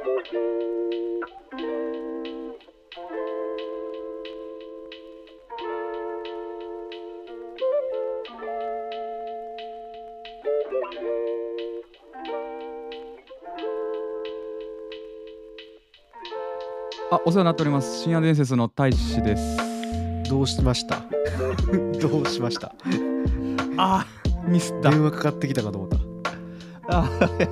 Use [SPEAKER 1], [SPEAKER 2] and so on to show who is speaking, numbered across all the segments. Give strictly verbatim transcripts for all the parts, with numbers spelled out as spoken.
[SPEAKER 1] あ、お世話になっております。深夜伝説の大使です。
[SPEAKER 2] どうしましたどうしました
[SPEAKER 1] あ、ミスった。
[SPEAKER 2] 電話かかってきたかと思った。
[SPEAKER 1] あ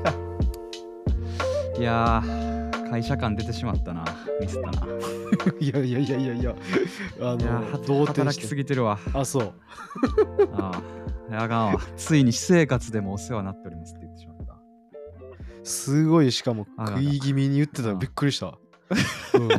[SPEAKER 1] いやー、会社感出てしまったな。ミスったな。
[SPEAKER 2] いやいやいやいやいや、あ
[SPEAKER 1] いや
[SPEAKER 2] の、動転
[SPEAKER 1] 働き
[SPEAKER 2] して。
[SPEAKER 1] すぎてるわ。
[SPEAKER 2] あ、そう。
[SPEAKER 1] ああ、あかんわ。ついに私生活でもお世話になっておりますって言ってしまった。
[SPEAKER 2] すごい、しかも
[SPEAKER 1] あかん
[SPEAKER 2] 食い気味に言ってたら
[SPEAKER 1] あ
[SPEAKER 2] びっくりした。うん。
[SPEAKER 1] い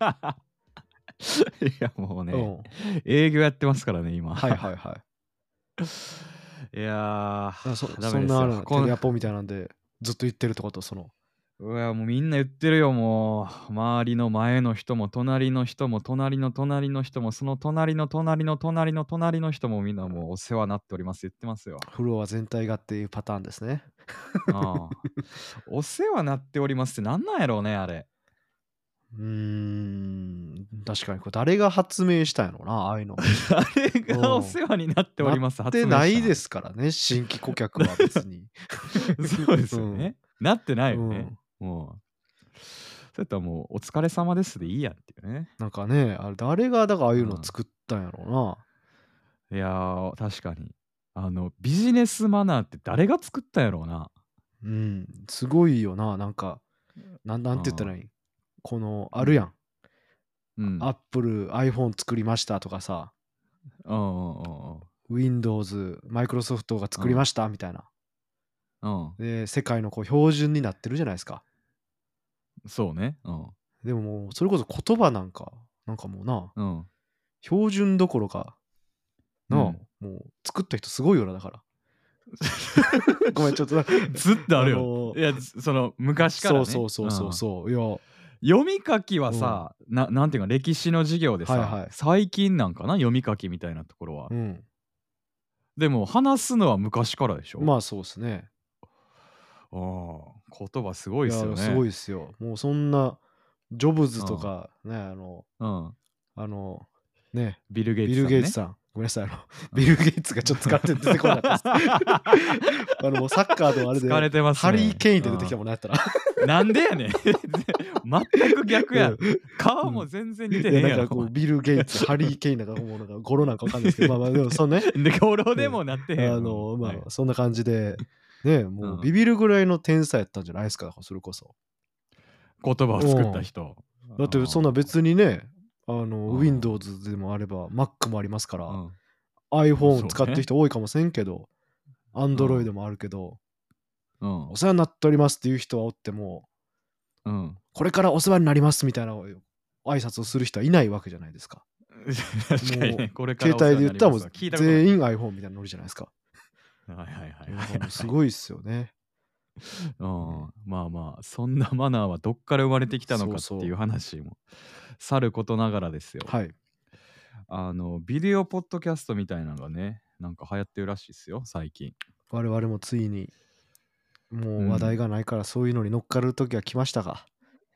[SPEAKER 1] やもうね、
[SPEAKER 2] うん。
[SPEAKER 1] 営業やってますからね、今。
[SPEAKER 2] はいはいはい。
[SPEAKER 1] いや
[SPEAKER 2] あそ
[SPEAKER 1] ー、ダ
[SPEAKER 2] そんなあれ
[SPEAKER 1] メですよ。こん
[SPEAKER 2] テレアポみたいなんでずっと言ってるってこと、その。
[SPEAKER 1] うわ、もうみんな言ってるよ、もう。周りの前の人も、隣の人も、隣の隣の人も、その隣の隣の隣の隣の人もみんなもうお世話になっております言ってますよ。
[SPEAKER 2] フロア全体がっていうパターンですね。
[SPEAKER 1] ああ。お世話になっておりますってなんなんやろうね、あれ。
[SPEAKER 2] うーん、確かにこれ誰が発明したんやろな、ああいうの。
[SPEAKER 1] 誰がお世話になっております
[SPEAKER 2] なってないで
[SPEAKER 1] す。
[SPEAKER 2] すからね、新規顧客は別に。
[SPEAKER 1] そうですよね。なってないよね。
[SPEAKER 2] うん。
[SPEAKER 1] もう。そうやったらもうお疲れ様ですでいいやんっていうね。
[SPEAKER 2] なんかね、あれ誰がだからああいうの
[SPEAKER 1] うん
[SPEAKER 2] 作ったんやろうな。
[SPEAKER 1] いやー、確かに。あの、ビジネスマナーって誰が作ったんやろうな。
[SPEAKER 2] うん、すごいよな、なんか、なんなんて言ったらいいんこの、あるやん。
[SPEAKER 1] うん。
[SPEAKER 2] アップル、iPhone 作りましたとかさ、
[SPEAKER 1] うんうんうんうん。
[SPEAKER 2] Windows、Microsoft が作りましたみたいな。
[SPEAKER 1] うん。
[SPEAKER 2] で、世界のこう標準になってるじゃないですか。
[SPEAKER 1] そうね。うん。
[SPEAKER 2] でももう、それこそ言葉なんか、なんかもうな、
[SPEAKER 1] うん。
[SPEAKER 2] 標準どころか、なあ、
[SPEAKER 1] うん
[SPEAKER 2] もう作った人すごいよな、だから。ごめん、ちょっとな、
[SPEAKER 1] ずっとあるよ。
[SPEAKER 2] あの
[SPEAKER 1] いや、ずその昔からね。
[SPEAKER 2] そうそうそうそうそう。いや、
[SPEAKER 1] 読み書きはさ、ななんていうか歴史の授業でさ、
[SPEAKER 2] はいはい
[SPEAKER 1] 最近なんかな読み書きみたいなところは。
[SPEAKER 2] うん。
[SPEAKER 1] でも話すのは昔からでしょ。
[SPEAKER 2] まあそうですね。
[SPEAKER 1] ああ、言葉すご
[SPEAKER 2] い
[SPEAKER 1] いっすよ
[SPEAKER 2] や、すごい
[SPEAKER 1] ね。
[SPEAKER 2] ですよ。もうそんな、ジョブズとか、ね、あの、
[SPEAKER 1] うんうん。
[SPEAKER 2] あの、ね、
[SPEAKER 1] ビル・ゲイ
[SPEAKER 2] ビル・
[SPEAKER 1] ツさんね。
[SPEAKER 2] ゲイツさん。ごめんなさい、あの、ビル・ゲイツがちょっと疲れて出てこなかったです。あの、もうサッカーのあれで、
[SPEAKER 1] 疲れてますね
[SPEAKER 2] ハリー・ケインって出てきたもんなやったら。
[SPEAKER 1] なんでやねん。全く逆やん。
[SPEAKER 2] うん
[SPEAKER 1] 顔も全然似て
[SPEAKER 2] いや、
[SPEAKER 1] へんやろ。
[SPEAKER 2] なんかこう、ビル・ゲイツ、ハリー・ケインなんかもうなんか語呂なんかわかんないですけど、まあまあ、でもそうね。
[SPEAKER 1] で、ゴロでもなってへん。
[SPEAKER 2] あの、まあ、
[SPEAKER 1] はい
[SPEAKER 2] そんな感じで、ね、も
[SPEAKER 1] う
[SPEAKER 2] うんビビるぐらいの天才やったんじゃないですか、それこそ。
[SPEAKER 1] 言葉を作った人。
[SPEAKER 2] だってそんな別にね、あの、
[SPEAKER 1] うん
[SPEAKER 2] Windows でもあれば、Mac もありますから、
[SPEAKER 1] うん
[SPEAKER 2] iPhone
[SPEAKER 1] そうね
[SPEAKER 2] 使ってる人多いかもしれんけど、
[SPEAKER 1] ん
[SPEAKER 2] Android もあるけど、
[SPEAKER 1] うん
[SPEAKER 2] お世話になっておりますっていう人はおっても、
[SPEAKER 1] うん
[SPEAKER 2] これからお世話になりますみたいな挨拶をする人はいないわけじゃないですか。
[SPEAKER 1] 確かにね、
[SPEAKER 2] もう
[SPEAKER 1] これから
[SPEAKER 2] 携帯で言ったらもう
[SPEAKER 1] 聞いたことない
[SPEAKER 2] 全員 iPhone みたいなノリじゃないですか。
[SPEAKER 1] はいはいはい
[SPEAKER 2] だ
[SPEAKER 1] はい
[SPEAKER 2] からもうすごいっすよね。
[SPEAKER 1] うんまあまあそんなマナーはどっから生まれてきたのかって
[SPEAKER 2] そうそう
[SPEAKER 1] いう話もさることながらですよ。
[SPEAKER 2] はい。
[SPEAKER 1] あのビデオポッドキャストみたいなのがねなんか流行ってるらしいですよ最近。
[SPEAKER 2] 我々もついに、もう話題がないからそういうのに乗っかる時は来ましたか。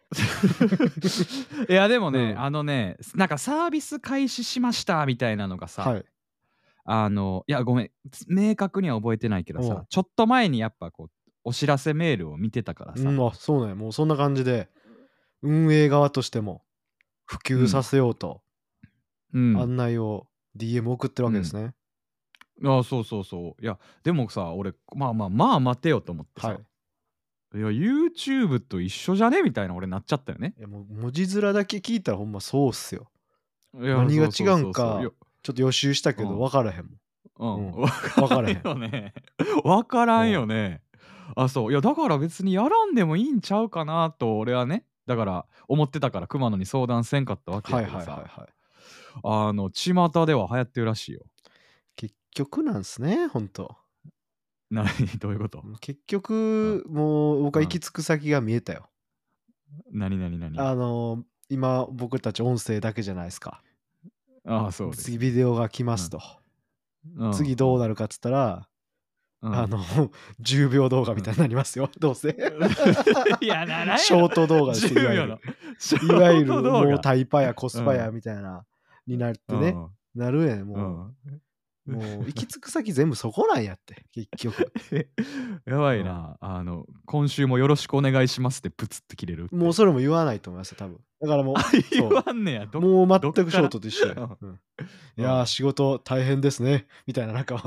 [SPEAKER 1] いやでもね、
[SPEAKER 2] うん
[SPEAKER 1] あのねなんかサービス開始しましたみたいなのがさ、
[SPEAKER 2] はい。
[SPEAKER 1] あのいやごめん明確には覚えてないけど
[SPEAKER 2] うん
[SPEAKER 1] さちょっと前にやっぱこうお知らせメールを見てたからさ、
[SPEAKER 2] うん、あ、そうね。もうそんな感じで、運営側としても普及させようと
[SPEAKER 1] うん
[SPEAKER 2] 案内を ディーエム 送ってるわけですね。
[SPEAKER 1] あそうそうそういやでもさ俺まあまあまあ待てよと思ってさ、
[SPEAKER 2] はい。
[SPEAKER 1] いや YouTube と一緒じゃねみたいな俺なっちゃったよね。
[SPEAKER 2] いやもう文字面だけ聞いたらほんまそうっすよ。
[SPEAKER 1] いや
[SPEAKER 2] 何が違
[SPEAKER 1] そうそうそうそう
[SPEAKER 2] うんか
[SPEAKER 1] いや
[SPEAKER 2] ちょっと予習したけど
[SPEAKER 1] うん
[SPEAKER 2] 分からへんもん。
[SPEAKER 1] うん、
[SPEAKER 2] うん
[SPEAKER 1] 分
[SPEAKER 2] 分からへん
[SPEAKER 1] よね。分からんよね。あ、そう。いや、だから別にやらんでもいいんちゃうかなと俺はね、だから思ってたから熊野に相談せんかったわけ
[SPEAKER 2] はい
[SPEAKER 1] やけどさ、
[SPEAKER 2] はいはいはい。
[SPEAKER 1] あの、巷では流行ってるらしいよ。
[SPEAKER 2] 結局なんすね、ほんと。
[SPEAKER 1] なに、どういうこと
[SPEAKER 2] 結局、もう僕は行き着く先が見えたよ。
[SPEAKER 1] なになになに
[SPEAKER 2] あの、今僕たち音声だけじゃないですか。
[SPEAKER 1] ああ、そうです。
[SPEAKER 2] 次ビデオが来ますと。
[SPEAKER 1] うん
[SPEAKER 2] 次どうなるかっつったら、
[SPEAKER 1] うん
[SPEAKER 2] あのじゅうびょう動画みたいになりますよどうせ
[SPEAKER 1] いやならんやろ
[SPEAKER 2] ショート動画です
[SPEAKER 1] 10
[SPEAKER 2] いわゆる
[SPEAKER 1] 秒のショ
[SPEAKER 2] いわゆる
[SPEAKER 1] ート動画
[SPEAKER 2] もうタイパやコスパやみたいなになってね、
[SPEAKER 1] うん
[SPEAKER 2] なるやん
[SPEAKER 1] う
[SPEAKER 2] も
[SPEAKER 1] ん
[SPEAKER 2] う、もう行き着く先全部そこなんやって結局
[SPEAKER 1] やばいな、あの今週もよろしくお願いしますってプツって切れるって
[SPEAKER 2] もうそれも言わないと思いますよ多分だからもう
[SPEAKER 1] あ言わんねやど
[SPEAKER 2] もう全くショー
[SPEAKER 1] どっから
[SPEAKER 2] トと一緒や、
[SPEAKER 1] うん
[SPEAKER 2] うんいやー仕事大変ですねみたいななんか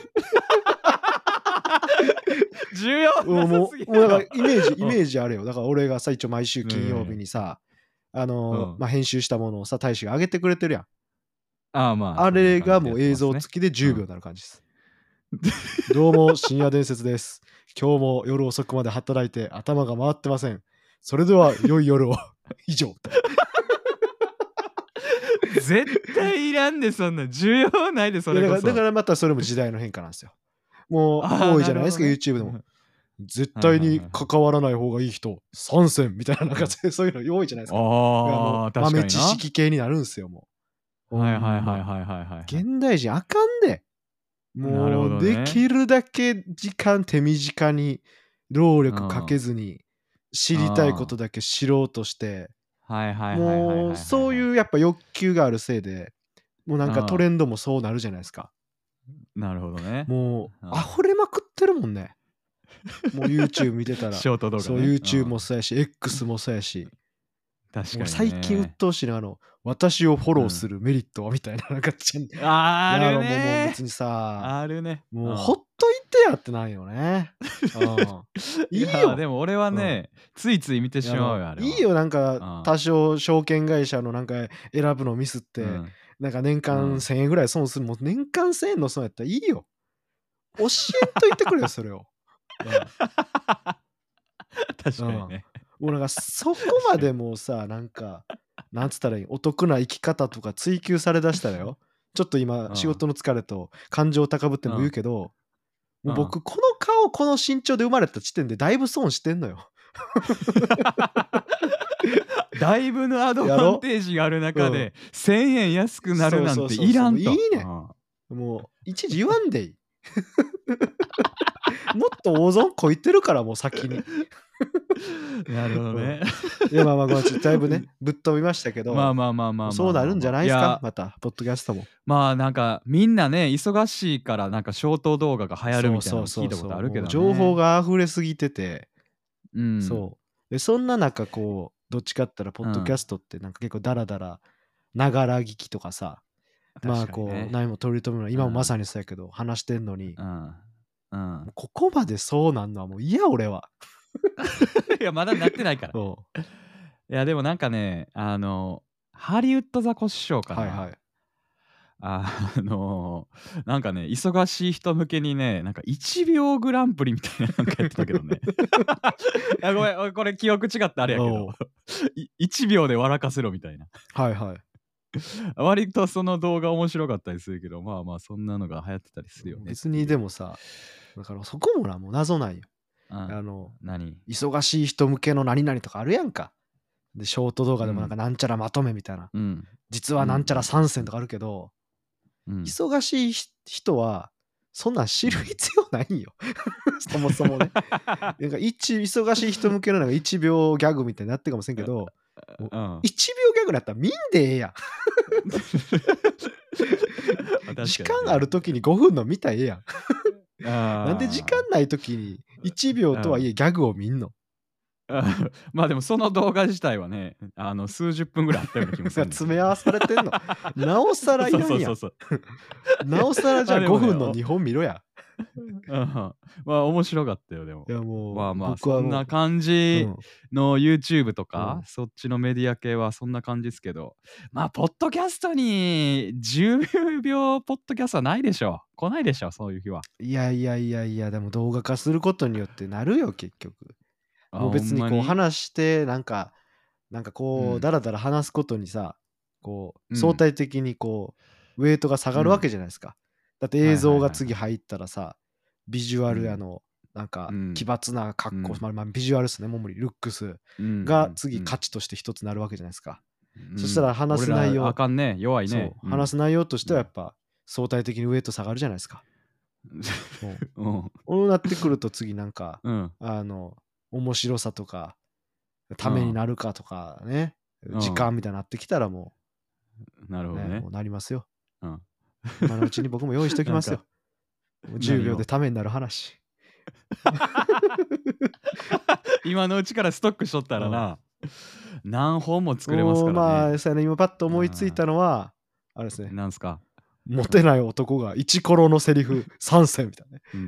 [SPEAKER 1] 重要
[SPEAKER 2] もう
[SPEAKER 1] な
[SPEAKER 2] も
[SPEAKER 1] さすぎ
[SPEAKER 2] うもうだから
[SPEAKER 1] る
[SPEAKER 2] イメージイ
[SPEAKER 1] うん
[SPEAKER 2] メージあれよだから俺がさ一応毎週金曜日にさ、あのー
[SPEAKER 1] うん
[SPEAKER 2] まあ、編集したものをさ大使が上げてくれてるやん
[SPEAKER 1] ああまあ
[SPEAKER 2] あれがもう映像
[SPEAKER 1] そんな感じでやってますね
[SPEAKER 2] 付きでじゅうびょうになる感じです、どうも深夜伝説です今日も夜遅くまで働いて頭が回ってませんそれでは良い夜を以上
[SPEAKER 1] 絶対いらんでそんな需要ないでそれこそ
[SPEAKER 2] いやだからだからまたそれも時代の変化なんですよもう
[SPEAKER 1] あー
[SPEAKER 2] 多いじゃないですか、
[SPEAKER 1] なるほ
[SPEAKER 2] YouTube でも
[SPEAKER 1] どね
[SPEAKER 2] 絶対に関わらない方がいい人参戦みたいななんかそういうの多いじゃないですか。
[SPEAKER 1] ああ確かにな
[SPEAKER 2] 豆知識系になるんですよもう。
[SPEAKER 1] はいはいはいはい
[SPEAKER 2] い。
[SPEAKER 1] はいはい
[SPEAKER 2] 現代人あかんで。
[SPEAKER 1] なる
[SPEAKER 2] もう
[SPEAKER 1] ほどね
[SPEAKER 2] できるだけ時間手短に労力かけずに知りたいことだけ知ろうとして
[SPEAKER 1] はいはいはいはいはい
[SPEAKER 2] もうそういううやっぱ欲求があるせいでもうなんか
[SPEAKER 1] うん
[SPEAKER 2] トレンドもそうなるじゃないですか。
[SPEAKER 1] なるほどね
[SPEAKER 2] もう
[SPEAKER 1] うん
[SPEAKER 2] 溢れまくってるもんね。もう YouTube 見てたら。
[SPEAKER 1] ショート動画ね
[SPEAKER 2] そう YouTube も
[SPEAKER 1] ん
[SPEAKER 2] そうやし、X もそうやし、
[SPEAKER 1] 確かにね
[SPEAKER 2] もう最近鬱陶しいなあの私をフォローするメリットはみたいななんかちゃん
[SPEAKER 1] ある
[SPEAKER 2] いやもうもう
[SPEAKER 1] ね
[SPEAKER 2] 別にさ
[SPEAKER 1] あるねん
[SPEAKER 2] もうほっといてやってないよね。うんいい
[SPEAKER 1] いや
[SPEAKER 2] よ。
[SPEAKER 1] でも俺はねついつい見てしまうよあれはい
[SPEAKER 2] いよなん
[SPEAKER 1] うん
[SPEAKER 2] か多少証券会社のなんか選ぶのミスって、
[SPEAKER 1] うん
[SPEAKER 2] なんか年
[SPEAKER 1] う
[SPEAKER 2] 間
[SPEAKER 1] ん
[SPEAKER 2] せんえんぐらい損するもう年間せんえんの損やったらいいよ。教えんといてくれよそれを。うん
[SPEAKER 1] 確かにね
[SPEAKER 2] もうなんかそこまでもうさなんかなんつったらいいお得な生き方とか追求されだしたらよちょっと今
[SPEAKER 1] うん
[SPEAKER 2] 仕事の疲れと感情高ぶっても言うけど、
[SPEAKER 1] うん
[SPEAKER 2] もう僕この顔この身長で生まれた時点でだいぶ損してんのよ。
[SPEAKER 1] だいぶのアドバンテージがある中でせんえん安くなるなんていらんと
[SPEAKER 2] そうそうそうそういいね
[SPEAKER 1] うん
[SPEAKER 2] もういちいち言わんでいい。もっと大損こいてるからもう先に。
[SPEAKER 1] なるほどね
[SPEAKER 2] いやまあまあごめんちょっとだいぶねぶっ飛びましたけど、
[SPEAKER 1] まあまあまあまあまあまあ
[SPEAKER 2] そうなるんじゃないですか
[SPEAKER 1] や
[SPEAKER 2] またポッドキャストも。
[SPEAKER 1] まあなんかみんなね忙しいからなんかショート動画が流行るみたいなの聞いたことあるけどね
[SPEAKER 2] 情報が溢れすぎてて、
[SPEAKER 1] うん
[SPEAKER 2] そうでそんな中こうどっちかって言ったらポッドキャストってなんか結構ダラダラながら聞きとかさ、まあこう
[SPEAKER 1] 確かにね
[SPEAKER 2] 何も取り留めない今も
[SPEAKER 1] うん
[SPEAKER 2] まさにそうやけど話してんのに、
[SPEAKER 1] うんうん
[SPEAKER 2] ここまでそうなんのはもう嫌俺は。
[SPEAKER 1] いやまだなってないから
[SPEAKER 2] そ
[SPEAKER 1] いやでもなんかねあのハリウッドザコシショウかな、
[SPEAKER 2] はいはい。
[SPEAKER 1] あのなんかね忙しい人向けにねなんかいちびょうグランプリみたいななんかやってたけどねいやごめん俺これ記憶違ったあれやけ
[SPEAKER 2] お
[SPEAKER 1] どいいちびょうで笑かせろみたいな
[SPEAKER 2] はいはい。
[SPEAKER 1] 割とその動画面白かったりするけどまあまあそんなのが流行ってたりするよね
[SPEAKER 2] 別にでもさだからそこもなもう謎ないよ。
[SPEAKER 1] うん
[SPEAKER 2] あの
[SPEAKER 1] 何
[SPEAKER 2] 忙しい人向けの何々とかあるやんか。でショート動画でもなんかなんちゃらまとめみたいな、
[SPEAKER 1] うん
[SPEAKER 2] 実はなんちゃら参戦とかあるけど、
[SPEAKER 1] うん
[SPEAKER 2] 忙しいひ人はそんなん知る必要ないんよそもそもねなんか一忙しい人向けのなんかいちびょうギャグみたいになってるかもしれんけど
[SPEAKER 1] うん
[SPEAKER 2] いちびょうギャグだったら見んでええやん時間ある時にごふんの見たらええやん
[SPEAKER 1] な
[SPEAKER 2] なんで時間ない時にいちびょうとはいえギャグを見んの
[SPEAKER 1] まあでもその動画自体はねあの数十分ぐらいあったような気もするんだけど
[SPEAKER 2] 詰め合わされてんのなおさらいらんやん
[SPEAKER 1] そうそうそうそう
[SPEAKER 2] なおさらじゃあ
[SPEAKER 1] あでもね
[SPEAKER 2] ごふんのにほん見ろや
[SPEAKER 1] うんまあ面白かったよでも
[SPEAKER 2] いやもう
[SPEAKER 1] まあまあ
[SPEAKER 2] 僕はもう
[SPEAKER 1] そんな感じ
[SPEAKER 2] うん
[SPEAKER 1] の YouTube とか、
[SPEAKER 2] うん
[SPEAKER 1] そっちのメディア系はそんな感じですけどまあポッドキャストにじゅうびょうポッドキャストはないでしょ来ないでしょそういう日はい
[SPEAKER 2] やいやいやいやでも動画化することによってなるよ結局
[SPEAKER 1] あ
[SPEAKER 2] もう別にこう
[SPEAKER 1] ほんま
[SPEAKER 2] 話してなんかなんかこ
[SPEAKER 1] う
[SPEAKER 2] うんだらだら話すことにさこ
[SPEAKER 1] う
[SPEAKER 2] うん相対的にこうウェイトが下がるわけじゃないですか、だって映像が次入ったらさビジュアルやのなんか
[SPEAKER 1] うん
[SPEAKER 2] 奇抜な格好、
[SPEAKER 1] うん
[SPEAKER 2] まあまあビジュアルっすねもう無理ルックス
[SPEAKER 1] うん
[SPEAKER 2] が次
[SPEAKER 1] うん
[SPEAKER 2] 価値として一つなるわけじゃないですか、
[SPEAKER 1] うん
[SPEAKER 2] そしたら話す
[SPEAKER 1] 俺ら
[SPEAKER 2] 内容
[SPEAKER 1] あかんね弱いね
[SPEAKER 2] そう話す内容としてはやっぱ相対的にウェイト下がるじゃないですか、 そう
[SPEAKER 1] うん。
[SPEAKER 2] そうなってくると次なんか、
[SPEAKER 1] うん。
[SPEAKER 2] あの、面白さとか、ために
[SPEAKER 1] うん。
[SPEAKER 2] なるかとかね、時
[SPEAKER 1] うん。
[SPEAKER 2] 間みたいになってきたらもう、ね、
[SPEAKER 1] なるほどね。
[SPEAKER 2] もうなりますよ。
[SPEAKER 1] うん。
[SPEAKER 2] 今のうちに僕も用意しときますよ。
[SPEAKER 1] なんか、
[SPEAKER 2] もうじゅうびょうで
[SPEAKER 1] 何を
[SPEAKER 2] ためになる話。
[SPEAKER 1] 今のうちからストックしとった
[SPEAKER 2] うん。
[SPEAKER 1] らな、何本も作れます
[SPEAKER 2] おお、
[SPEAKER 1] からね。
[SPEAKER 2] まあ、そうやね、今パッと思いつい
[SPEAKER 1] あ
[SPEAKER 2] たのは、あれです
[SPEAKER 1] あ、
[SPEAKER 2] ね、
[SPEAKER 1] なんすか。
[SPEAKER 2] モテない男がイチコロのセリフさん選みたいなね。
[SPEAKER 1] うん。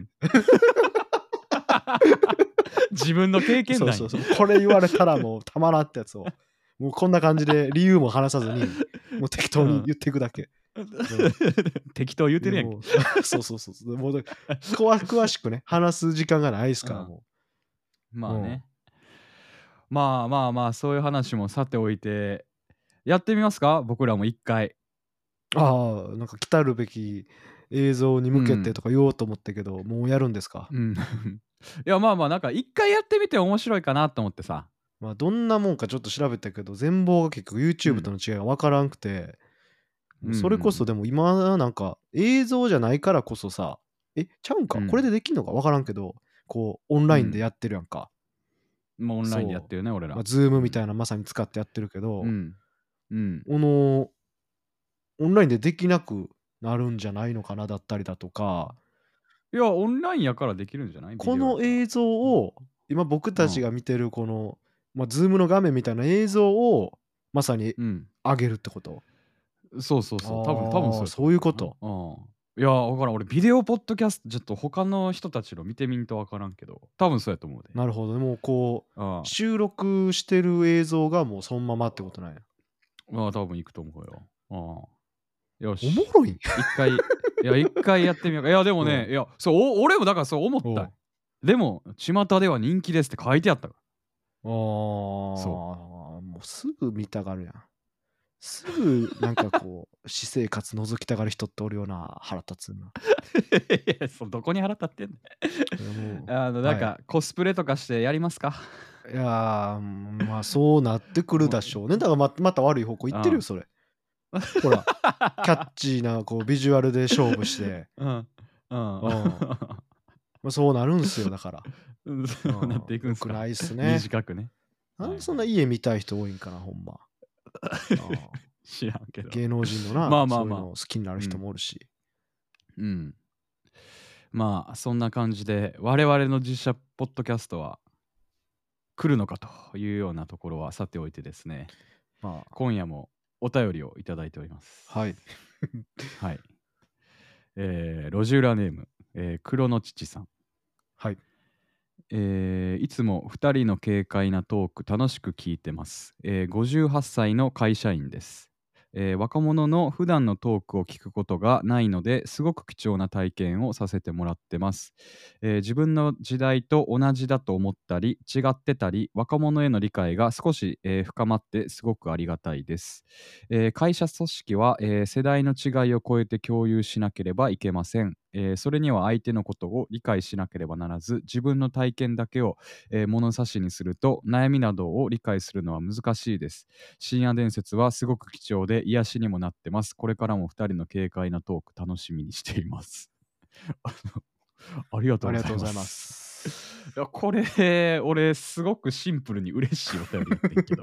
[SPEAKER 1] 自分の経験談や。
[SPEAKER 2] そうそうそう。これ言われたらもうたまらんってやつを、もうこんな感じで理由も話さずに、もう適当に言っていくだけ。うん。
[SPEAKER 1] 適当言うてるやんけ。
[SPEAKER 2] いやもう、そうそうそうそう。もうだこわ詳しくね、話す時間がないですから、
[SPEAKER 1] うん。
[SPEAKER 2] もう。うん。
[SPEAKER 1] まあね。まあまあまあ、そういう話もさておいて、やってみますか？僕らも一回。
[SPEAKER 2] ああ、なんか来たるべき映像に向けて
[SPEAKER 1] うん。
[SPEAKER 2] とか言おうと思ったけど、もうやるんですか？
[SPEAKER 1] うん。いや、まあまあ、なんか一回やってみて面白いかなと思ってさ。
[SPEAKER 2] まあ、どんなもんかちょっと調べたけど、全貌が結局
[SPEAKER 1] う
[SPEAKER 2] YouTube と
[SPEAKER 1] ん。
[SPEAKER 2] の違いがわからんくて、
[SPEAKER 1] うんうんう
[SPEAKER 2] それこそで
[SPEAKER 1] ん。
[SPEAKER 2] も今なんか映像じゃないからこそさ、え、ちゃうんか、これ
[SPEAKER 1] うん。
[SPEAKER 2] でできんのかわからんけど、こうオン
[SPEAKER 1] うん。
[SPEAKER 2] ラインでやってるやんか。
[SPEAKER 1] もうオンラインでやっ
[SPEAKER 2] そう。
[SPEAKER 1] てるね、俺
[SPEAKER 2] まあ、
[SPEAKER 1] ら。
[SPEAKER 2] Zoom みたい
[SPEAKER 1] うん。
[SPEAKER 2] なまさに使ってやってるけど、
[SPEAKER 1] うん。うん。
[SPEAKER 2] このオンラインでできなくなるんじゃないのかなだったりだとか、
[SPEAKER 1] いや、オンラインやからできるんじゃない？ビ
[SPEAKER 2] こ
[SPEAKER 1] デオやから。
[SPEAKER 2] の映像を今僕たち
[SPEAKER 1] うん。
[SPEAKER 2] が見てるこの、まあ、Zoom の画面みたいな映像をまさに
[SPEAKER 1] うん。
[SPEAKER 2] 上げるってこと？
[SPEAKER 1] そうそうそう。多分多分
[SPEAKER 2] ああ、
[SPEAKER 1] そうやと
[SPEAKER 2] そう
[SPEAKER 1] 思うけどな。
[SPEAKER 2] いうこと。
[SPEAKER 1] うん。いや、わからん。俺ビデオポッドキャストちょっと他の人たちの見てみんとわからんけど、多分そうやと思うで。
[SPEAKER 2] なるほどね。もうこう、
[SPEAKER 1] ああ。
[SPEAKER 2] 収録してる映像がもうそのままってことなんや。
[SPEAKER 1] まあ、多分行くと思うよ。ああ。よ
[SPEAKER 2] おも
[SPEAKER 1] し。
[SPEAKER 2] ろいん？
[SPEAKER 1] 一回、いや、一回やってみようか。いや、でも
[SPEAKER 2] うん。
[SPEAKER 1] ね、いや、そう、お俺もだからそう思ったんよ。
[SPEAKER 2] おう。
[SPEAKER 1] でも、巷では人気ですって書いてあったから。
[SPEAKER 2] ああ、
[SPEAKER 1] そ
[SPEAKER 2] もうすぐ見たがるやん。すぐなんかこう、私生活覗きたがる人っておるような、腹立つな。
[SPEAKER 1] う。いや、そう、どこに腹立ってんね
[SPEAKER 2] いやも
[SPEAKER 1] ん。あの、
[SPEAKER 2] う、はい。
[SPEAKER 1] なんか、コスプレとかしてやりますか？
[SPEAKER 2] いやー、まあそうなってくる
[SPEAKER 1] もう、
[SPEAKER 2] でしょうね。だからままた悪い方向行ってるよ、
[SPEAKER 1] あ
[SPEAKER 2] それ。ほら、キャッチーなこうビジュアルで勝負して、
[SPEAKER 1] うん。うん。
[SPEAKER 2] うん。まあ、そうなるんすよ、だから。
[SPEAKER 1] うん、
[SPEAKER 2] うん。
[SPEAKER 1] そうなっていくんすか？
[SPEAKER 2] よくないっすね。
[SPEAKER 1] 短くね。
[SPEAKER 2] なんでそんな
[SPEAKER 1] はいはい。
[SPEAKER 2] 家見たい人多いんかな、ほんま。ああ、
[SPEAKER 1] 知らんけど。
[SPEAKER 2] 芸能人のな、
[SPEAKER 1] まあまあまあ。
[SPEAKER 2] そういうの好きになる人
[SPEAKER 1] うん。
[SPEAKER 2] もおるし。
[SPEAKER 1] うん。まあ、そんな感じで、我々の実写ポッドキャストは来るのかというようなところはさておいてですね、
[SPEAKER 2] まあ、
[SPEAKER 1] 今夜もお便りをいただいております。
[SPEAKER 2] はい。
[SPEAKER 1] はい。えー、路地裏ネーム、えー、黒の父さん。
[SPEAKER 2] はい。
[SPEAKER 1] えーいつもふたりの軽快なトーク楽しく聞いてます。えーごじゅうはっさいの会社員です。えー若者の普段のトークを聞くことがないのですごく貴重な体験をさせてもらってます。えー自分の時代と同じだと思ったり違ってたり若者への理解が少し、えー深まってすごくありがたいです。えー会社組織は、えー世代の違いを超えて共有しなければいけません。えーそれには相手のことを理解しなければならず自分の体験だけを、えー物差しにすると悩みなどを理解するのは難しいです。深夜伝説はすごく貴重で癒しにもなってます。これからもふたりの軽快なトーク楽しみにしています。あのありがとうござい
[SPEAKER 2] ありがとうございま
[SPEAKER 1] ます。
[SPEAKER 2] す。
[SPEAKER 1] いや、これ、俺、すごくシンプルに嬉しいお便りやってんけど。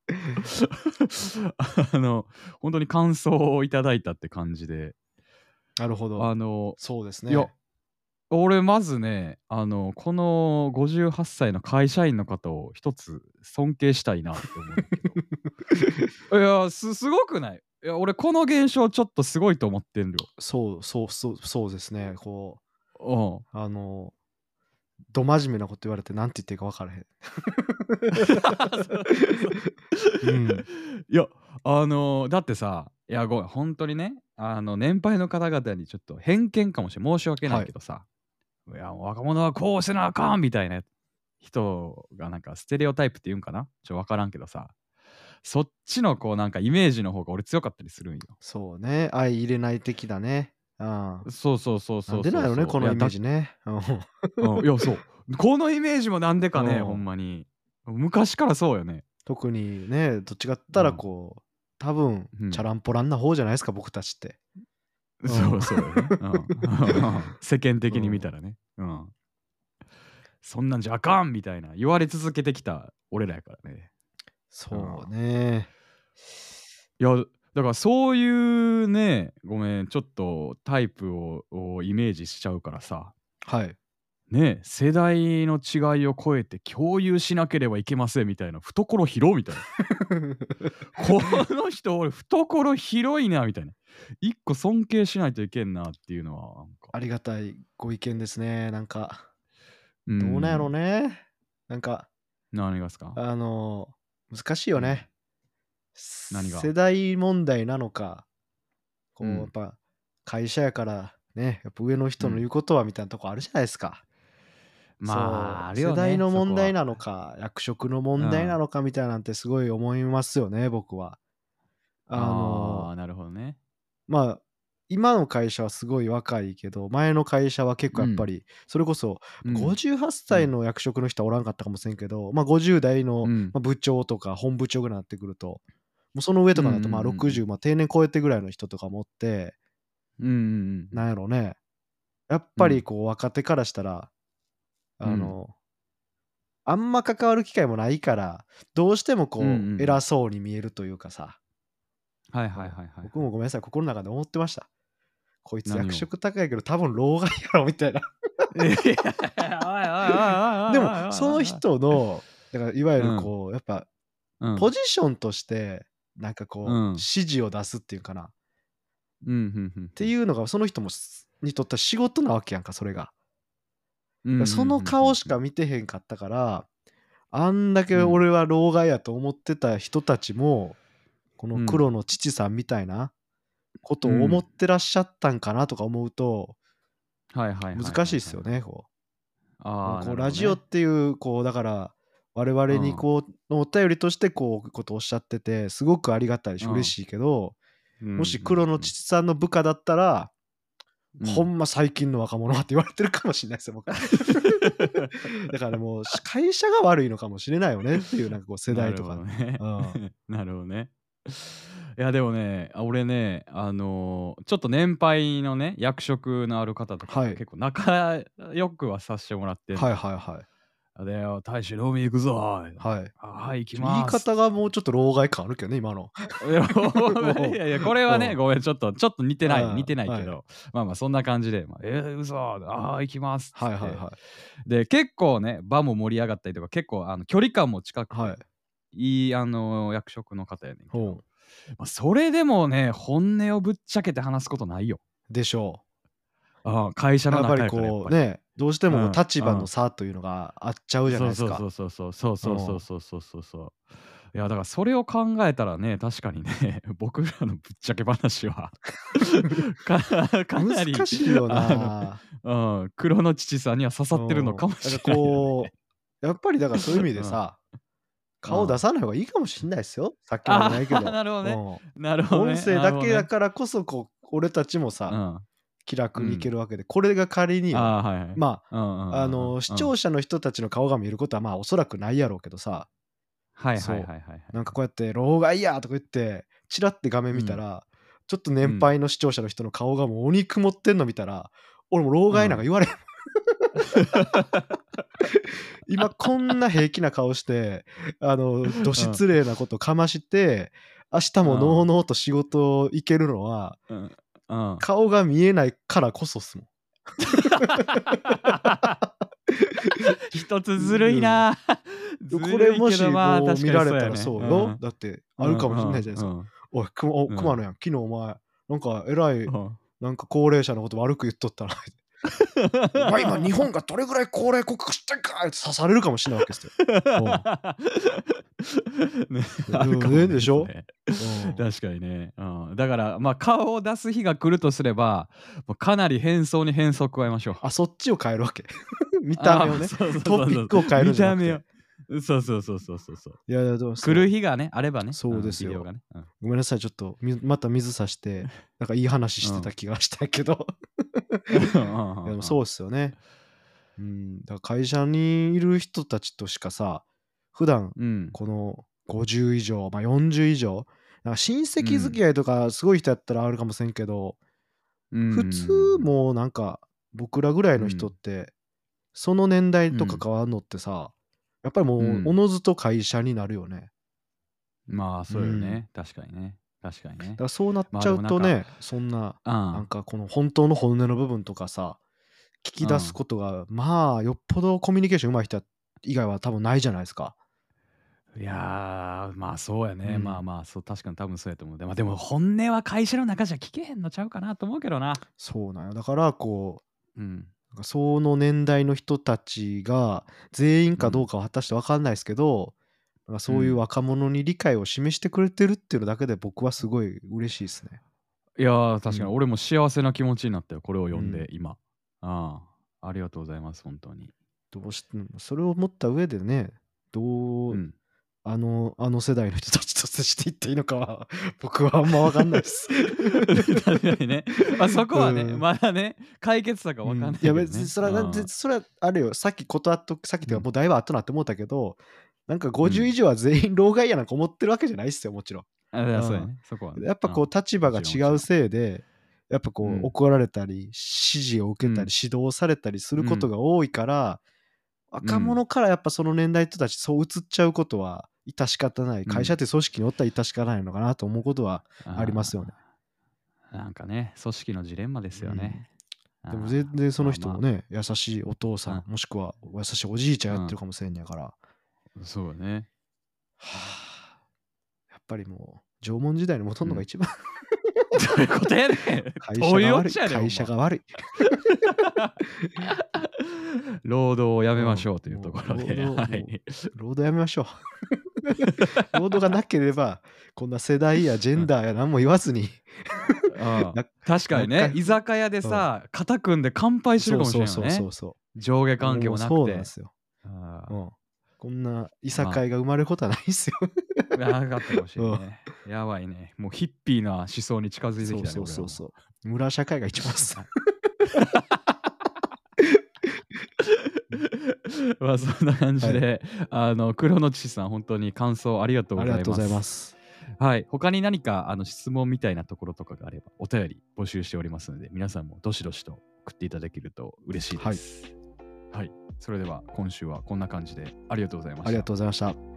[SPEAKER 1] あの、本当に感想をいただいたって感じで。
[SPEAKER 2] なるほど。
[SPEAKER 1] あの、
[SPEAKER 2] そうです
[SPEAKER 1] いや、
[SPEAKER 2] ね。
[SPEAKER 1] 俺まずね、あの、このごじゅうはっさいの会社員の方を一つ尊敬したいなって思うんだけど。いや、すすごくない？いや、俺この現象ちょっとすごいと思ってんるよ。
[SPEAKER 2] そうそうそうそうですね。こ
[SPEAKER 1] うん。
[SPEAKER 2] う、あの、ど真面目なこと言われてなんて言っていいか分からへん。
[SPEAKER 1] そうそう
[SPEAKER 2] うん。
[SPEAKER 1] そう。いや、あの、だってさ、いや、ごめん、ほんとにね、あの、年配の方々にちょっと偏見かもしれん申し訳な
[SPEAKER 2] はい。
[SPEAKER 1] いけどさ、いや、若者はこうせなあかんみたいな人がなんかステレオタイプって言うんかな？ちょ、分からんけどさ、そっちのこうなんかイメージの方が俺強かったりするんよ。
[SPEAKER 2] そうね。相入れない的だね。うん。
[SPEAKER 1] そうそうそう
[SPEAKER 2] な
[SPEAKER 1] そう
[SPEAKER 2] んでなんやろね、
[SPEAKER 1] そうそう。いや、
[SPEAKER 2] このイメー
[SPEAKER 1] だ
[SPEAKER 2] ジね。うん。
[SPEAKER 1] うん、いや、そう。このイメージもなんでかね、ほ
[SPEAKER 2] うん。
[SPEAKER 1] んまに。昔からそうよね。
[SPEAKER 2] 特にね、どっちかって言ったら
[SPEAKER 1] うん。
[SPEAKER 2] こう、多分
[SPEAKER 1] うん。
[SPEAKER 2] チャランポランな方じゃないですか、僕たちって。
[SPEAKER 1] そうそうよね。うん、世間的に見た
[SPEAKER 2] ら。
[SPEAKER 1] らね。うん。そんなんじゃあかんみたいな言われ続けてきた俺らやからね。うん。
[SPEAKER 2] そうね。
[SPEAKER 1] いや、だからそういうね、ごめん、ちょっとタイプををイメージしちゃうからさ、
[SPEAKER 2] はい。
[SPEAKER 1] ね、世代の違いを超えて共有しなければいけませんみたいな、懐広みたいな。この人俺懐広いなみたいな。一個尊敬しないといけんなっていうのはなんか、
[SPEAKER 2] ありがたいご意見ですね。なんか、
[SPEAKER 1] うー
[SPEAKER 2] どうなんやろ
[SPEAKER 1] ん、
[SPEAKER 2] ね。なんか、
[SPEAKER 1] 何がっすか？
[SPEAKER 2] あの、難しいよ
[SPEAKER 1] うん、
[SPEAKER 2] ね。
[SPEAKER 1] 何が？
[SPEAKER 2] 世代問題なのか、こう、やっ
[SPEAKER 1] うん、
[SPEAKER 2] ぱ、会社やからね、やっぱ上の人の
[SPEAKER 1] うん。
[SPEAKER 2] 言うことはみたいなとこあるじゃないですか。
[SPEAKER 1] まあ、あ
[SPEAKER 2] そう、
[SPEAKER 1] るよね、
[SPEAKER 2] 世代の
[SPEAKER 1] そこは。
[SPEAKER 2] 問題なのか、役職の問題な
[SPEAKER 1] うん。
[SPEAKER 2] のかみたいなんてすごい思いますよね、僕は。あの、
[SPEAKER 1] ああ、なるほどね。
[SPEAKER 2] まあ、今の会社はすごい若いけど、前の会社は結構
[SPEAKER 1] うん、
[SPEAKER 2] やっぱり、それこそ
[SPEAKER 1] うん、
[SPEAKER 2] ごじゅうはっさい
[SPEAKER 1] うん、
[SPEAKER 2] の役職の人はおらんかったかもしれんけど、まあごじゅう代の、
[SPEAKER 1] うん。
[SPEAKER 2] まあ、部長とか本部長ぐらいになってくると、もうその上
[SPEAKER 1] うんうんう
[SPEAKER 2] とかになるとまあろくじゅう、
[SPEAKER 1] ん。
[SPEAKER 2] まあ定年超えてぐらいの人とかもおって、
[SPEAKER 1] うんうんうんうん。
[SPEAKER 2] なんやろね、やっぱり
[SPEAKER 1] うん、
[SPEAKER 2] こう若手からしたら、
[SPEAKER 1] うん。
[SPEAKER 2] あの、あんま関わる機会もないから、どうしても
[SPEAKER 1] うんうんう
[SPEAKER 2] こう偉
[SPEAKER 1] ん。
[SPEAKER 2] そうに見えるというかさ、
[SPEAKER 1] はいはい
[SPEAKER 2] そう
[SPEAKER 1] はいはいはい。
[SPEAKER 2] 僕もごめんなさい、心の中で思ってました。こいつ役
[SPEAKER 1] 何を？
[SPEAKER 2] 職高いけど多分老害やろみたいな。
[SPEAKER 1] いや、おいおいおいおいおいおい
[SPEAKER 2] でも、その
[SPEAKER 1] おいおい。
[SPEAKER 2] 人の、だからいわゆ
[SPEAKER 1] うん、
[SPEAKER 2] るこう、やっぱ、
[SPEAKER 1] うん、
[SPEAKER 2] ポジションとして、なんかこう、
[SPEAKER 1] うん。
[SPEAKER 2] 指示を出すっていうかな。っ
[SPEAKER 1] うん、ふんふんふん。
[SPEAKER 2] ていうのが、その人もすにとっては仕事なわけやんか、それが。
[SPEAKER 1] うん、ふ
[SPEAKER 2] だその
[SPEAKER 1] んふんふんふん。
[SPEAKER 2] 顔しか見てへんかったから、あんだけ
[SPEAKER 1] うん、
[SPEAKER 2] 俺は老害やと思ってた人たちも、この
[SPEAKER 1] うん、
[SPEAKER 2] 黒の父さんみたいなことを思っ
[SPEAKER 1] うん。
[SPEAKER 2] てらっしゃったんかなとか思うと、
[SPEAKER 1] はいはいはい
[SPEAKER 2] 難し
[SPEAKER 1] はいはいはい。
[SPEAKER 2] いっすよね、こう。まあ、
[SPEAKER 1] ああ、
[SPEAKER 2] こう
[SPEAKER 1] なるほどね。
[SPEAKER 2] ラジオっていう、こう、だから、我々
[SPEAKER 1] うん、
[SPEAKER 2] にこう、お便りとしてこう、ことをおっしゃってて、すごくありがたいし、
[SPEAKER 1] うん。
[SPEAKER 2] 嬉しいけど、
[SPEAKER 1] うんうん
[SPEAKER 2] もし黒の
[SPEAKER 1] うん。
[SPEAKER 2] 父さんの部下だったら、
[SPEAKER 1] うん。
[SPEAKER 2] ほんま最近の若者はって言われてるかもしれないですよ、僕。だからもう、会社が悪いのかもしれないよねっていう、なんかこう世
[SPEAKER 1] なる
[SPEAKER 2] 代とか。
[SPEAKER 1] ほどね。
[SPEAKER 2] うん。
[SPEAKER 1] なるほどね。いやでもね、あ、俺ね、あの、ちょっと年配のね、役職のある方とか
[SPEAKER 2] はい。
[SPEAKER 1] と結構仲良くはさしてもらってんの
[SPEAKER 2] はい
[SPEAKER 1] よ。
[SPEAKER 2] はいはい。
[SPEAKER 1] あ、でよ、「大使飲み行くぞ」みたいな。
[SPEAKER 2] はい。
[SPEAKER 1] 「あ、はい、行き
[SPEAKER 2] ちょ言い
[SPEAKER 1] ます」
[SPEAKER 2] 方が
[SPEAKER 1] つって。
[SPEAKER 2] もうちょっと老害感あるけどね、今の。
[SPEAKER 1] いや、い
[SPEAKER 2] も
[SPEAKER 1] やいや、これ
[SPEAKER 2] う、
[SPEAKER 1] はね、
[SPEAKER 2] うん。
[SPEAKER 1] ごめん、ちょっとちょっと似てない、似
[SPEAKER 2] あ
[SPEAKER 1] てない
[SPEAKER 2] あ、はい。
[SPEAKER 1] けど、まあまあそんな感じで、まあ、「えー、嘘、ああ、行きます」っつって。
[SPEAKER 2] はいはいはい。
[SPEAKER 1] で、結構ね、場も盛り上がったりとか、結構あの距離感も近くて、
[SPEAKER 2] はい。
[SPEAKER 1] いいあの役職の方やねんけど、
[SPEAKER 2] ほう。
[SPEAKER 1] ま、それでもね、本音をぶっちゃけて話すことないよ。
[SPEAKER 2] でしょう。
[SPEAKER 1] ああ、会社の
[SPEAKER 2] やっぱり
[SPEAKER 1] 中やからやっぱり。
[SPEAKER 2] こうね、どうしてもこう
[SPEAKER 1] うん、
[SPEAKER 2] 立場の
[SPEAKER 1] うん。
[SPEAKER 2] 差というのがあっちゃうじゃないですか。
[SPEAKER 1] そうそうそうそうそう。そうそうそう
[SPEAKER 2] うん。
[SPEAKER 1] そうそうそうそう。いや、だからそれを考えたらね、確かにね、僕らのぶっちゃけ話はかかなり
[SPEAKER 2] 難しいよ
[SPEAKER 1] あの、
[SPEAKER 2] な。
[SPEAKER 1] うん、黒の父さんには刺さ
[SPEAKER 2] う
[SPEAKER 1] ってるのか
[SPEAKER 2] ん。
[SPEAKER 1] も
[SPEAKER 2] だから
[SPEAKER 1] しれないよ
[SPEAKER 2] こ
[SPEAKER 1] ね。
[SPEAKER 2] う、やっぱりだからそういう意味
[SPEAKER 1] うん、
[SPEAKER 2] でさ、
[SPEAKER 1] うん。
[SPEAKER 2] 顔出さない方がいいかもしんないですよ。さっきまで
[SPEAKER 1] ああ、
[SPEAKER 2] ないけど。
[SPEAKER 1] なるほどね。
[SPEAKER 2] うん。
[SPEAKER 1] なるほどね、
[SPEAKER 2] 音声だ
[SPEAKER 1] なるほどね。
[SPEAKER 2] けだからこそ、こう、俺たちもさ、
[SPEAKER 1] うん。
[SPEAKER 2] 気楽に行け
[SPEAKER 1] うん。
[SPEAKER 2] るわけで、これが仮によ、
[SPEAKER 1] ああ、はいはい。
[SPEAKER 2] ま
[SPEAKER 1] うんうんう
[SPEAKER 2] あ、あ
[SPEAKER 1] んうん
[SPEAKER 2] の、視
[SPEAKER 1] うん。
[SPEAKER 2] 聴者の人たちの顔が見えることは、まあ、おそらくないやろうけどさ、
[SPEAKER 1] はいはい
[SPEAKER 2] そ
[SPEAKER 1] はいはいはい。
[SPEAKER 2] う。なんかこうやって、老害やとか言って、チラって画面
[SPEAKER 1] うん、
[SPEAKER 2] 見たら、ちょっと
[SPEAKER 1] うん、
[SPEAKER 2] 年配の視聴者の人の顔がもう鬼曇ってんの見たら、俺も老
[SPEAKER 1] うん。
[SPEAKER 2] 害なんか言われん。今こんな平気な顔して、あの、ど
[SPEAKER 1] うん、
[SPEAKER 2] 失礼なことかまして、明日ものう
[SPEAKER 1] うん、
[SPEAKER 2] のうと仕事行けるのは、
[SPEAKER 1] うん、うん。
[SPEAKER 2] 顔が見えないからこそっすもん。
[SPEAKER 1] 一つずるい
[SPEAKER 2] うん。
[SPEAKER 1] な。ず
[SPEAKER 2] これも
[SPEAKER 1] るいけど、まあ、
[SPEAKER 2] しもう
[SPEAKER 1] 確かに
[SPEAKER 2] 見られたら
[SPEAKER 1] そうやね。
[SPEAKER 2] そうよ。
[SPEAKER 1] うん。
[SPEAKER 2] だって
[SPEAKER 1] う
[SPEAKER 2] あるかもしんない
[SPEAKER 1] ん
[SPEAKER 2] じゃないですか。
[SPEAKER 1] うん
[SPEAKER 2] おい、くまお
[SPEAKER 1] うん。うん。
[SPEAKER 2] 熊野やん、昨日お前、なんかえらい、
[SPEAKER 1] うん。
[SPEAKER 2] なんか高齢者のこと悪く言っとったな。お前今日本がどれぐらい高齢国家知ってんかって刺されるかもしれないわけですよ。うん。
[SPEAKER 1] ね、ある
[SPEAKER 2] うん、
[SPEAKER 1] かもね、
[SPEAKER 2] でしょ？
[SPEAKER 1] それ。
[SPEAKER 2] うん。
[SPEAKER 1] 確かにね。うん。だから、ま、顔を出す日が来るとすれば、もうかなり変装に変装を加えましょう。
[SPEAKER 2] あ、そっちを変えるわけ。見た目
[SPEAKER 1] ああ、
[SPEAKER 2] をね、
[SPEAKER 1] そうそう
[SPEAKER 2] トピッ
[SPEAKER 1] そうそう。
[SPEAKER 2] クを変えるんじゃな
[SPEAKER 1] 見た目を。
[SPEAKER 2] くて。
[SPEAKER 1] そうそうそうそうそうそう。
[SPEAKER 2] いやいや、でも
[SPEAKER 1] 来る
[SPEAKER 2] そう、
[SPEAKER 1] 日がね、あればね、うん、
[SPEAKER 2] そうですよ。
[SPEAKER 1] ビデオがね。うん。
[SPEAKER 2] ごめんなさい、ちょっと、みまた水差して、なんかいい話してた
[SPEAKER 1] うん。
[SPEAKER 2] 気がしたけど。
[SPEAKER 1] うんうんう
[SPEAKER 2] いや、で
[SPEAKER 1] んうん。
[SPEAKER 2] もそうっすよね。うん、だから会社にいる人たちとしかさ、普段
[SPEAKER 1] うん。
[SPEAKER 2] このごじゅう以上、まあ、よんじゅう以上、なんか親戚付
[SPEAKER 1] うん。
[SPEAKER 2] き合いとかすごい人やったらあるかもしれんけど、
[SPEAKER 1] うん
[SPEAKER 2] 普通もうなんか僕らぐらいの人ってその年代とか変わるのってさ、やっぱりも
[SPEAKER 1] う
[SPEAKER 2] うんおのずと会社になるよね。
[SPEAKER 1] まあそうよね、確かにね確かにね
[SPEAKER 2] だからそうなっ
[SPEAKER 1] まあ
[SPEAKER 2] ちゃうとね、
[SPEAKER 1] でもなんか
[SPEAKER 2] そんな
[SPEAKER 1] うん
[SPEAKER 2] なんかこの本当の本音の部分とかさ、聞き出すことが、まあよっぽどコミュニケーション上手い人以外は多分ないじゃないですか。
[SPEAKER 1] いやーまあそうやね、
[SPEAKER 2] うん
[SPEAKER 1] まあまあそう確かに多分そうやと思うでもでも本音は会社の中じゃ聞けへんのちゃうかなと思うけどな
[SPEAKER 2] そうなんよ。だからこ
[SPEAKER 1] うん
[SPEAKER 2] うなんかその年代の人たちが全員かどうかは果たして分かんないですけど、なんかそういう若者に理解を示してくれてるっていうのだけで僕はすごい嬉しいですね。
[SPEAKER 1] いやー確かに
[SPEAKER 2] うん
[SPEAKER 1] 俺も幸せな気持ちになったよこれを読ん
[SPEAKER 2] うん
[SPEAKER 1] で今ああありがとうございます本当に
[SPEAKER 2] どうしうんそれを思った上でね、どう、
[SPEAKER 1] うん
[SPEAKER 2] あの、あの世代の人たちと接していっていいのかは僕はあんま分かんないです。
[SPEAKER 1] 確かにね。まあそこはね、
[SPEAKER 2] うん
[SPEAKER 1] まだね、解決策がわかんない
[SPEAKER 2] うんいや
[SPEAKER 1] けどね。
[SPEAKER 2] 別にそれは、
[SPEAKER 1] うん
[SPEAKER 2] でそれはあれよ、さっきことあっと、さっきという
[SPEAKER 1] うん
[SPEAKER 2] かもうだいぶ後なって思ったけど、なんかごじゅう
[SPEAKER 1] うん
[SPEAKER 2] 以上は全員老害やなんか思ってるわけじゃないっすよ、もちろん。
[SPEAKER 1] あ、いやそうやね。そこはね。
[SPEAKER 2] やっぱこう立場が違うせいで、やっぱこ
[SPEAKER 1] う
[SPEAKER 2] うん怒られたり、指示を受けたり、指導されたりすることが多いから、若者からやっぱその年代の人たちそう映っちゃうことは致し方ない。
[SPEAKER 1] うん
[SPEAKER 2] 会社って組織におったら致し方ないのかなと思うことはありますよね。
[SPEAKER 1] あーなんかね、組織のジレンマですよね。
[SPEAKER 2] でも全然その人も
[SPEAKER 1] ね。
[SPEAKER 2] ね、優しいお父さん、
[SPEAKER 1] う
[SPEAKER 2] もしくは優しいおじいちゃんやってるかもしれんやから。は
[SPEAKER 1] そうよね。
[SPEAKER 2] あやっぱりもう縄文時代に戻るのが一番、
[SPEAKER 1] どういうことやねん。
[SPEAKER 2] 会
[SPEAKER 1] どういう
[SPEAKER 2] 社が悪い。
[SPEAKER 1] オチやねん。
[SPEAKER 2] 会社が悪い。
[SPEAKER 1] 労働をやめましょうというところで。
[SPEAKER 2] うん労働
[SPEAKER 1] はい。
[SPEAKER 2] 労働やめましょう。労働がなければ、こんな世代やジェンダーや何も言わずに、
[SPEAKER 1] ああ
[SPEAKER 2] な
[SPEAKER 1] 確かにね、
[SPEAKER 2] なんか
[SPEAKER 1] 居酒屋でさ、肩組んで乾杯してるかもしれないよね
[SPEAKER 2] そうそうそう。そう
[SPEAKER 1] 上下関係もな
[SPEAKER 2] そう
[SPEAKER 1] くて。
[SPEAKER 2] なんですよ。
[SPEAKER 1] ああ
[SPEAKER 2] うん。こんないさかいが生まれることはないですよ。
[SPEAKER 1] なかったかもしれないね。やばいね。もうヒッピーな思想に近づいてきたね。
[SPEAKER 2] そうそうそうそう。村社会が一番です。
[SPEAKER 1] まあそんな感じで、あの黒のちさん本当に感想ありがとうございます。
[SPEAKER 2] ありがとうございます。
[SPEAKER 1] はい、他に何かあの質問みたいなところとかがあればお便り募集しておりますので皆さんもどしどしと送っていただけると嬉しいです。はい、はい、それでは今週はこんな感じでありがとうございました。
[SPEAKER 2] ありがとうございました。